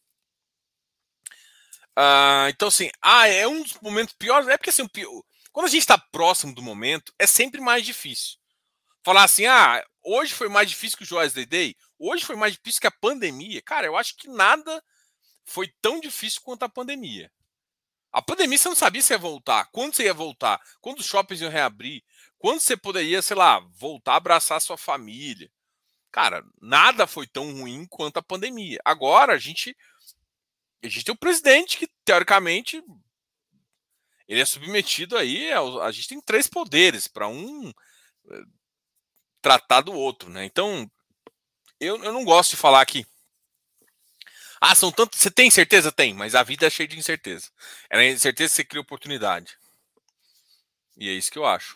Então, assim, é um dos momentos piores. É porque, assim, quando a gente está próximo do momento, é sempre mais difícil. Falar assim, hoje foi mais difícil que o Wesley Day, hoje foi mais difícil que a pandemia. Cara, eu acho que nada foi tão difícil quanto a pandemia. A pandemia você não sabia se ia voltar, quando você ia voltar, quando os shoppings iam reabrir, quando você poderia, sei lá, voltar a abraçar a sua família. Cara, nada foi tão ruim quanto a pandemia. Agora a gente tem o presidente que, teoricamente, ele é submetido aí, a gente tem 3 poderes para um tratar do outro, né? Então, eu não gosto de falar que são tantos. Você tem certeza? Tem, mas a vida é cheia de incerteza. É na incerteza que você cria oportunidade. E é isso que eu acho.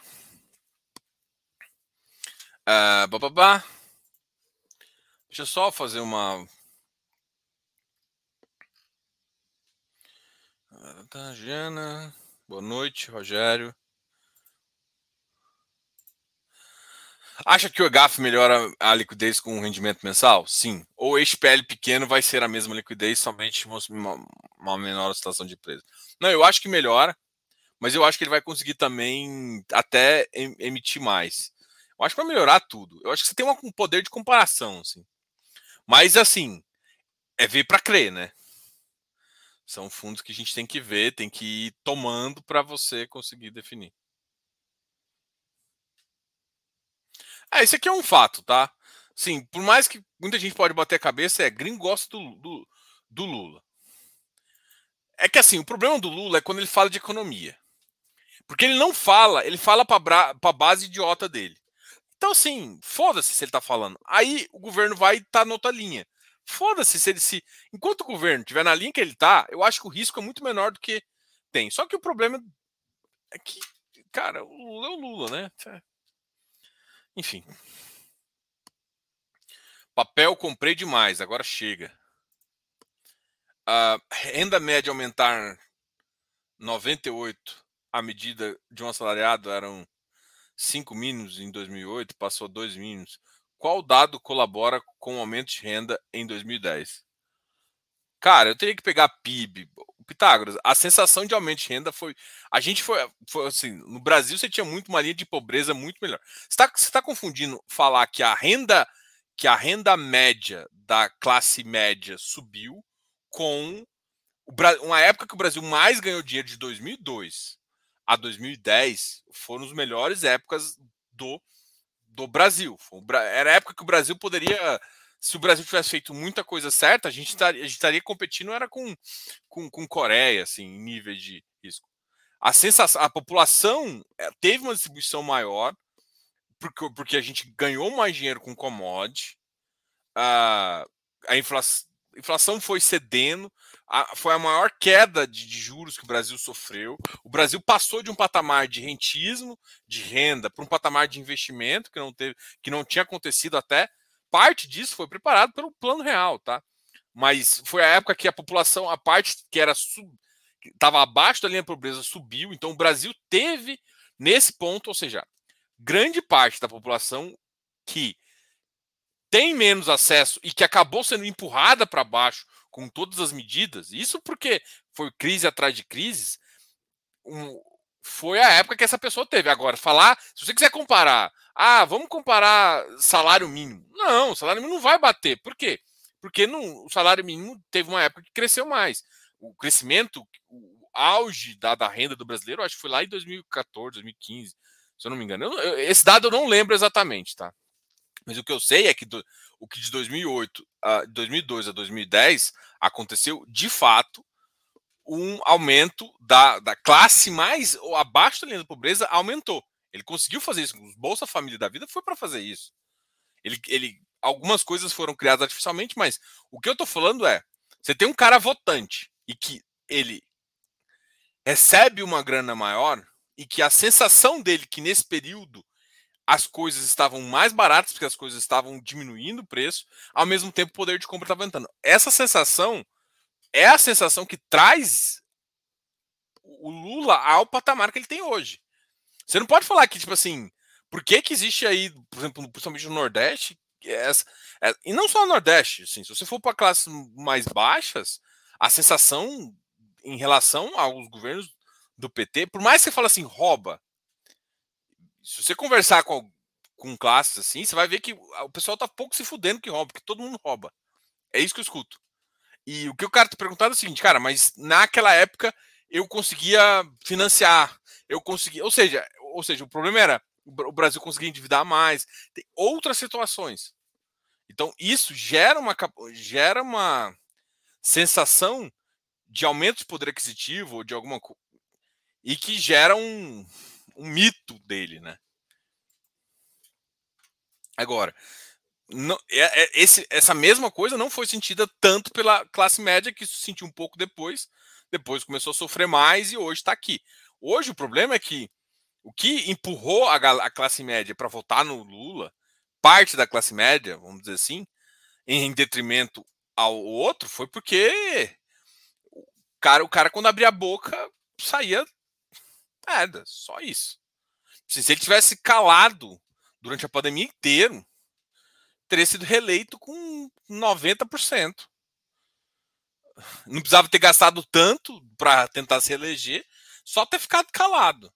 Bababá. Deixa eu só fazer uma. Jana. Boa noite, Rogério. Acha que o EGAF melhora a liquidez com o rendimento mensal? Sim. Ou o HPL pequeno vai ser a mesma liquidez, somente uma menor oscilação de preço? Não, eu acho que melhora, mas eu acho que ele vai conseguir também até emitir mais. Eu acho que vai melhorar tudo. Eu acho que você tem um poder de comparação, assim. Mas, assim, é ver para crer, né? São fundos que a gente tem que ver, tem que ir tomando para você conseguir definir. Esse aqui é um fato, tá? Sim, por mais que muita gente pode bater a cabeça, gringo gosta do Lula. É que assim, o problema do Lula é quando ele fala de economia. Porque ele não fala, ele fala pra base idiota dele. Então, assim, foda-se se ele tá falando. Aí o governo vai estar na outra linha. Foda-se se ele se. Enquanto o governo estiver na linha que ele tá, eu acho que o risco é muito menor do que tem. Só que o problema é que, cara, o Lula é o Lula, né? Enfim. Papel comprei demais, agora chega. A renda média aumentar 98, a medida de um assalariado eram 5 mínimos em 2008, passou a 2 mínimos. Qual dado colabora com o aumento de renda em 2010? Cara, eu teria que pegar PIB. Pitágoras, a sensação de aumento de renda foi. A gente foi assim. No Brasil, você tinha muito uma linha de pobreza muito melhor. Você tá confundindo falar que a renda média da classe média subiu com uma época que o Brasil mais ganhou dinheiro de 2002 a 2010 foram as melhores épocas do Brasil. Era a época que o Brasil poderia. Se o Brasil tivesse feito muita coisa certa, a gente estaria competindo era com Coreia, assim, em nível de risco. A população teve uma distribuição maior, porque a gente ganhou mais dinheiro com commodity, a inflação foi cedendo, foi a maior queda de juros que o Brasil sofreu. O Brasil passou de um patamar de rentismo, de renda, para um patamar de investimento que não tinha acontecido até. Parte disso foi preparado pelo Plano Real, tá? Mas foi a época que a população, a parte que estava abaixo da linha de pobreza, subiu. Então o Brasil teve nesse ponto, ou seja, grande parte da população que tem menos acesso e que acabou sendo empurrada para baixo com todas as medidas, isso porque foi crise atrás de crises, foi a época que essa pessoa teve. Agora, se você quiser comparar, vamos comparar salário mínimo. Não, o salário mínimo não vai bater. Por quê? Porque o salário mínimo teve uma época que cresceu mais. O crescimento, o auge da renda do brasileiro, acho que foi lá em 2014, 2015, se eu não me engano. Esse dado eu não lembro exatamente, tá? Mas o que eu sei é que o que de 2002 a 2010 aconteceu de fato um aumento da classe mais ou abaixo da linha da pobreza aumentou. Ele conseguiu fazer isso. O Bolsa Família da vida foi para fazer isso. Algumas coisas foram criadas artificialmente, mas o que eu estou falando é: você tem um cara votante e que ele recebe uma grana maior e que a sensação dele que nesse período as coisas estavam mais baratas porque as coisas estavam diminuindo o preço, ao mesmo tempo o poder de compra estava aumentando. Essa sensação é a sensação que traz o Lula ao patamar que ele tem hoje. Você não pode falar que, tipo assim, por que existe aí, por exemplo, principalmente no Nordeste, e não só no Nordeste, assim, se você for para classes mais baixas, a sensação em relação aos governos do PT, por mais que você fale assim, rouba, se você conversar com classes assim, você vai ver que o pessoal tá pouco se fudendo que rouba, porque todo mundo rouba. É isso que eu escuto. E o que o cara tá perguntando é o seguinte, cara, mas naquela época eu conseguia financiar, eu conseguia, ou seja, o problema era o Brasil conseguia endividar mais, tem outras situações. Então isso gera uma sensação de aumento de poder aquisitivo ou de alguma e que gera um mito dele, né? Agora, essa mesma coisa não foi sentida tanto pela classe média, que se sentiu um pouco depois começou a sofrer mais e hoje está aqui. Hoje o problema é que o que empurrou a classe média para votar no Lula, parte da classe média, vamos dizer assim, em detrimento ao outro, foi porque o cara quando abria a boca saía nada, só isso. Se ele tivesse calado durante a pandemia inteira, teria sido reeleito com 90%. Não precisava ter gastado tanto para tentar se reeleger, só ter ficado calado.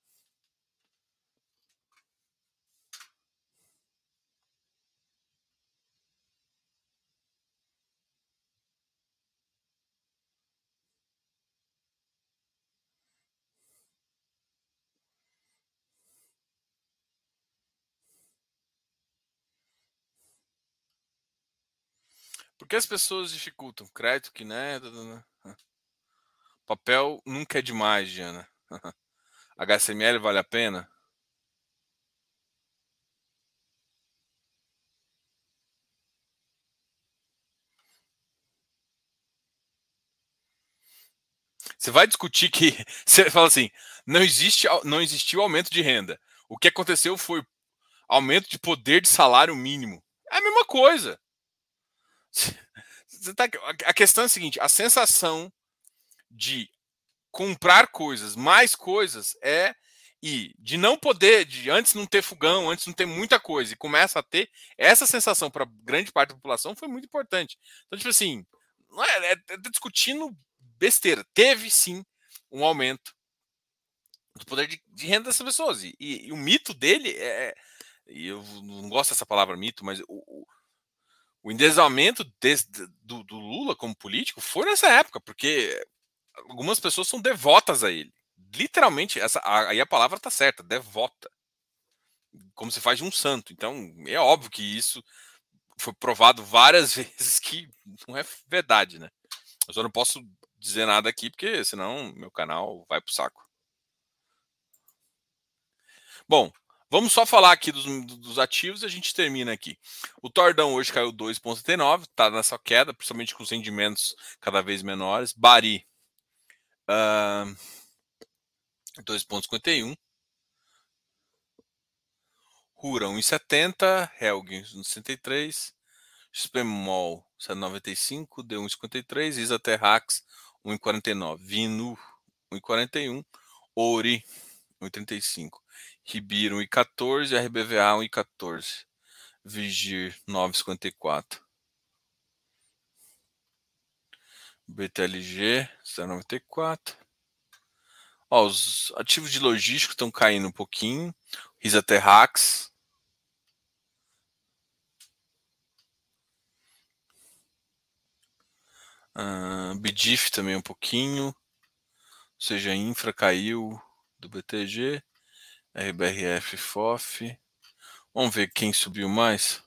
Por que as pessoas dificultam? Crédito que né? Papel nunca é demais, Diana. HSML vale a pena? Você vai discutir que. Você fala assim: não existiu aumento de renda. O que aconteceu foi aumento de poder de salário mínimo. É a mesma coisa. A questão é a seguinte: a sensação de comprar coisas, mais coisas, e de não poder, de antes não ter fogão, antes não ter muita coisa, e começa a ter, essa sensação para grande parte da população foi muito importante. Então, tipo assim, não é discutindo besteira. Teve sim um aumento do poder de renda dessas pessoas. E o mito dele e eu não gosto dessa palavra mito, mas o endeusamento do Lula como político foi nessa época, porque algumas pessoas são devotas a ele. Literalmente, aí a palavra está certa, devota. Como se faz de um santo. Então, é óbvio que isso foi provado várias vezes que não é verdade, né? Eu só não posso dizer nada aqui, porque senão meu canal vai pro saco. Bom, vamos só falar aqui dos ativos e a gente termina aqui. O Tordão hoje caiu 2,79, está nessa queda, principalmente com os rendimentos cada vez menores. Bari, 2,51. Rura, 1,70. Helg, 1,63. XPMOL, 7,95. D 1,53. Isaterrax, 1,49. Vinu, 1,41. Ori, 1,35. Ribir, 1,14. RBVA, 1,14. Vigir, 9,54. BTLG, 0,94. Ó, os ativos de logística estão caindo um pouquinho. Risaterrax. Bidif também um pouquinho. Ou seja, Infra caiu do BTG. RBRF, FOF. Vamos ver quem subiu mais.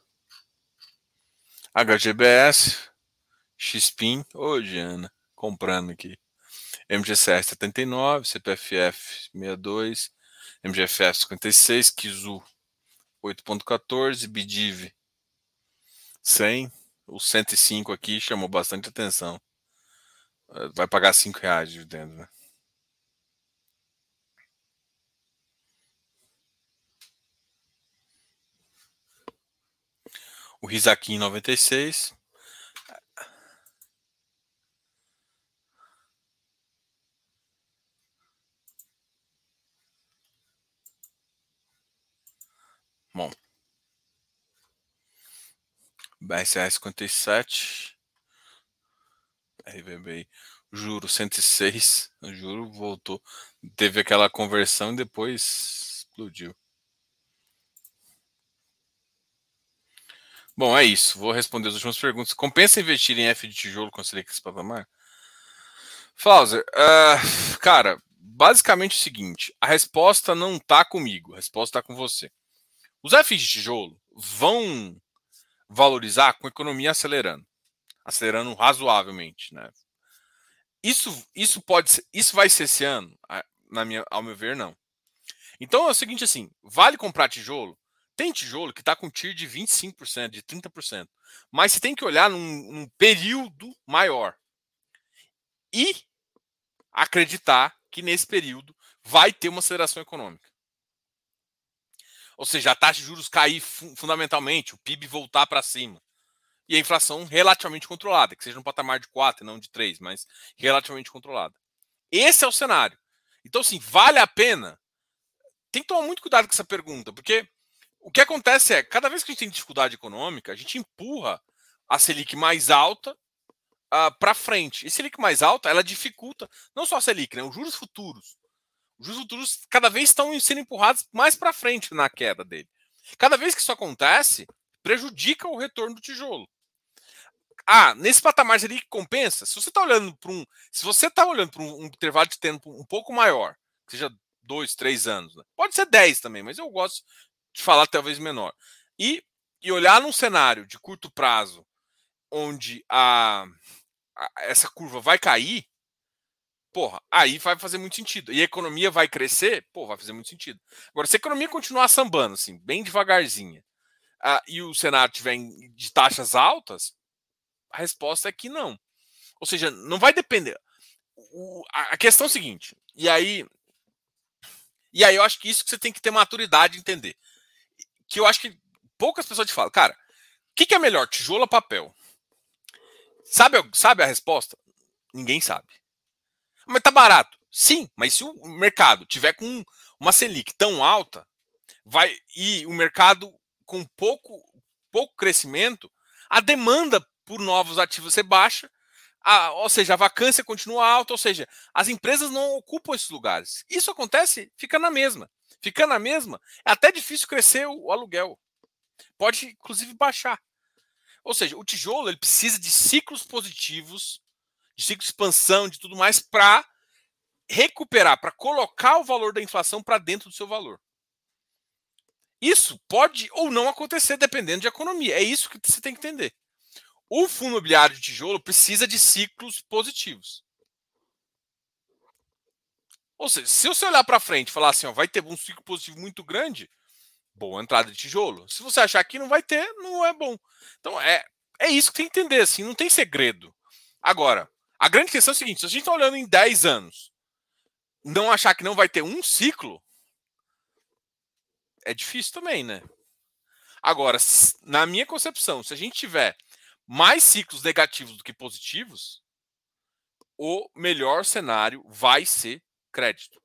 HGBS. XPIN. Ô, Diana. Comprando aqui. MGCR 79. CPFF 62. MGFF 56. Kizu 8,14. Bidiv 100. O 105 aqui chamou bastante atenção. Vai pagar R$5 de dividendo, né? O Risakin 96. Bom. BRCR 57. RVB. Juro 106. O juro voltou. Teve aquela conversão e depois explodiu. Bom, é isso. Vou responder as últimas perguntas. Compensa investir em F de tijolo com a Selic esse patamar? Flauser, cara, basicamente é o seguinte: a resposta não está comigo, a resposta está com você. Os FIs de tijolo vão valorizar com a economia acelerando razoavelmente, né? Isso pode ser, isso vai ser esse ano, ao meu ver, não. Então é o seguinte, assim, vale comprar tijolo? Tem tijolo que está com TIR de 25%, de 30%, mas você tem que olhar num período maior e acreditar que nesse período vai ter uma aceleração econômica. Ou seja, a taxa de juros cair fundamentalmente, o PIB voltar para cima. E a inflação relativamente controlada, que seja no patamar de 4 e não de 3, mas relativamente controlada. Esse é o cenário. Então, assim, vale a pena? Tem que tomar muito cuidado com essa pergunta, porque o que acontece é, cada vez que a gente tem dificuldade econômica, a gente empurra a Selic mais alta para frente. E Selic mais alta, ela dificulta, não só a Selic, né, os juros futuros. Os juros futuros cada vez estão sendo empurrados mais para frente na queda dele. Cada vez que isso acontece, prejudica o retorno do tijolo. Nesse patamar ali que compensa, se você está olhando para um intervalo de tempo um pouco maior, que seja 2, 3 anos, né? Pode ser 10 também, mas eu gosto de falar talvez menor. E olhar num cenário de curto prazo, onde essa curva vai cair, porra, aí vai fazer muito sentido. E a economia vai crescer, vai fazer muito sentido. Agora, se a economia continuar sambando, assim, bem devagarzinha, e o cenário tiver de taxas altas, a resposta é que não. Ou seja, não vai depender. A questão é a seguinte, e aí eu acho que isso que você tem que ter maturidade de entender. Que eu acho que poucas pessoas te falam, cara, o que é melhor, tijolo ou papel? Sabe a resposta? Ninguém sabe. Mas tá barato. Sim, mas se o mercado tiver com uma Selic tão alta, e o mercado com pouco crescimento, a demanda por novos ativos vai ser baixa, ou seja, a vacância continua alta, ou seja, as empresas não ocupam esses lugares. Isso acontece, fica na mesma. Fica na mesma, é até difícil crescer o aluguel. Pode, inclusive, baixar. Ou seja, o tijolo ele precisa de ciclos positivos, de ciclo de expansão, de tudo mais, para recuperar, para colocar o valor da inflação para dentro do seu valor. Isso pode ou não acontecer dependendo de economia. É isso que você tem que entender. O fundo imobiliário de tijolo precisa de ciclos positivos. Ou seja, se você olhar para frente e falar assim, ó, vai ter um ciclo positivo muito grande, boa entrada de tijolo. Se você achar que não vai ter, não é bom. Então é isso que tem que entender, assim, não tem segredo. Agora, a grande questão é o seguinte: se a gente está olhando em 10 anos, não achar que não vai ter um ciclo, é difícil também, né? Agora, na minha concepção, se a gente tiver mais ciclos negativos do que positivos, o melhor cenário vai ser crédito.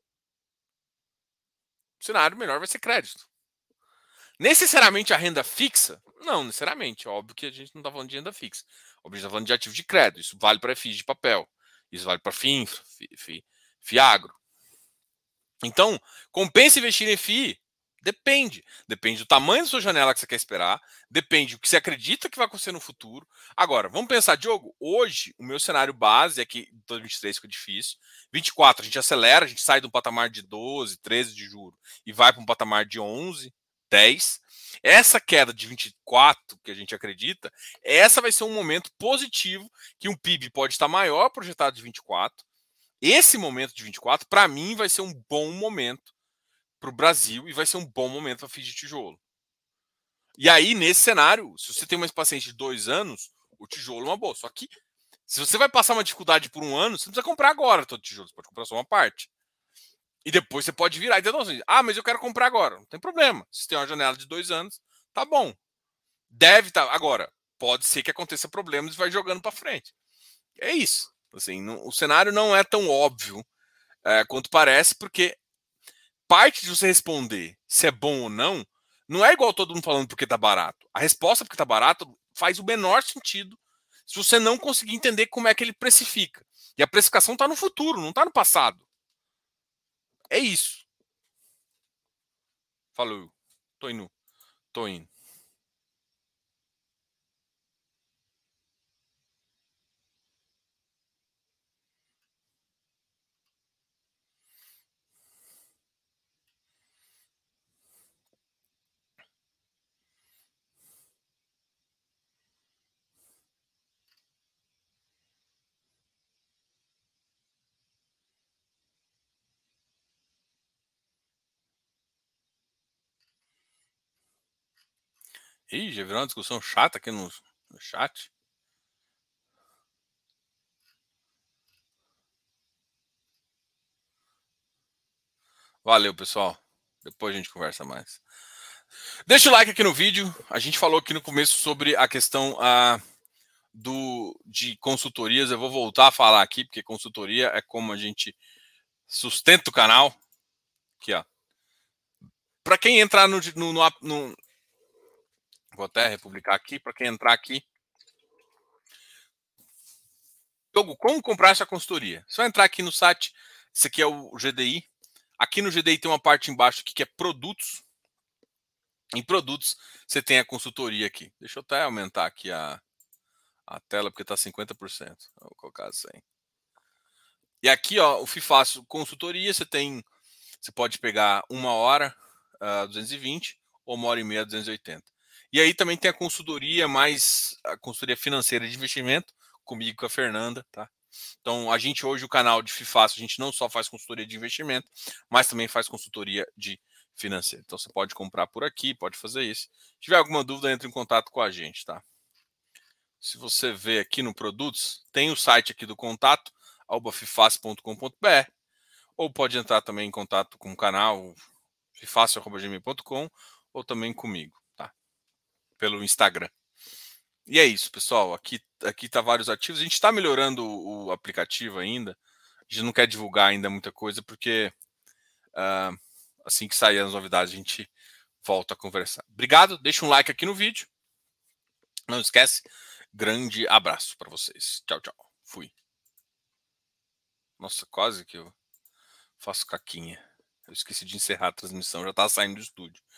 O cenário melhor vai ser crédito. Necessariamente a renda fixa? Não, necessariamente. Óbvio que a gente não está falando de renda fixa. A gente está falando de ativo de crédito. Isso vale para FIIs de papel. Isso vale para FIINFRA, FIAGRO. Então, compensa investir em FII? Depende. Depende do tamanho da sua janela que você quer esperar. Depende do que você acredita que vai acontecer no futuro. Agora, vamos pensar, Diogo, hoje o meu cenário base é que 2023 fica difícil. 24 a gente acelera, a gente sai de um patamar de 12, 13 de juro e vai para um patamar de 11, 10. Essa queda de 24 que a gente acredita, essa vai ser um momento positivo que um PIB pode estar maior projetado de 24. Esse momento de 24, para mim, vai ser um bom momento para o Brasil e vai ser um bom momento para FII de tijolo. E aí, nesse cenário, se você tem uma paciente de 2 anos, o tijolo é uma boa. Só que, se você vai passar uma dificuldade por um ano, você não precisa comprar agora todo tijolo, você pode comprar só uma parte. E depois você pode virar. Então, assim, mas eu quero comprar agora. Não tem problema. Se tem uma janela de 2 anos, tá bom. Deve estar. Agora, pode ser que aconteça problemas e vai jogando para frente. É isso. Assim, o cenário não é tão óbvio quanto parece, porque parte de você responder se é bom ou não, não é igual todo mundo falando porque tá barato. A resposta porque tá barato faz o menor sentido se você não conseguir entender como é que ele precifica. E a precificação está no futuro, não está no passado. É isso. Falou. Tô indo. Tô indo. Ih, já virou uma discussão chata aqui no chat. Valeu, pessoal. Depois a gente conversa mais. Deixa o like aqui no vídeo. A gente falou aqui no começo sobre a questão de consultorias. Eu vou voltar a falar aqui, porque consultoria é como a gente sustenta o canal. Aqui, ó. Para quem entrar no. Vou até republicar aqui. Para quem entrar aqui. Diogo, como comprar essa consultoria? Você vai entrar aqui no site. Esse aqui é o GDI. Aqui no GDI tem uma parte embaixo aqui que é produtos. Em produtos, você tem a consultoria aqui. Deixa eu até aumentar aqui a tela, porque está 50%. Vou colocar assim. E aqui, ó, o FIFácil consultoria, você pode pegar 1 hora, 220, ou 1 hora e meia, 280. E aí também tem a consultoria a consultoria financeira de investimento, comigo e com a Fernanda, tá? Então, a gente hoje, o canal de FIFácil, a gente não só faz consultoria de investimento, mas também faz consultoria de financeiro. Então, você pode comprar por aqui, pode fazer isso. Se tiver alguma dúvida, entre em contato com a gente, tá? Se você vê aqui no produtos, tem o site aqui do contato, fifácil.com.br, ou pode entrar também em contato com o canal fifácil.gmail.com ou também comigo, tá? Pelo Instagram. E é isso, pessoal. Aqui tá vários ativos. A gente está melhorando o aplicativo ainda. A gente não quer divulgar ainda muita coisa, porque assim que sair as novidades, a gente volta a conversar. Obrigado, deixa um like aqui no vídeo. Não esquece, grande abraço para vocês. Tchau, tchau. Fui. Nossa, quase que eu faço caquinha. Eu esqueci de encerrar a transmissão, já tá saindo do estúdio.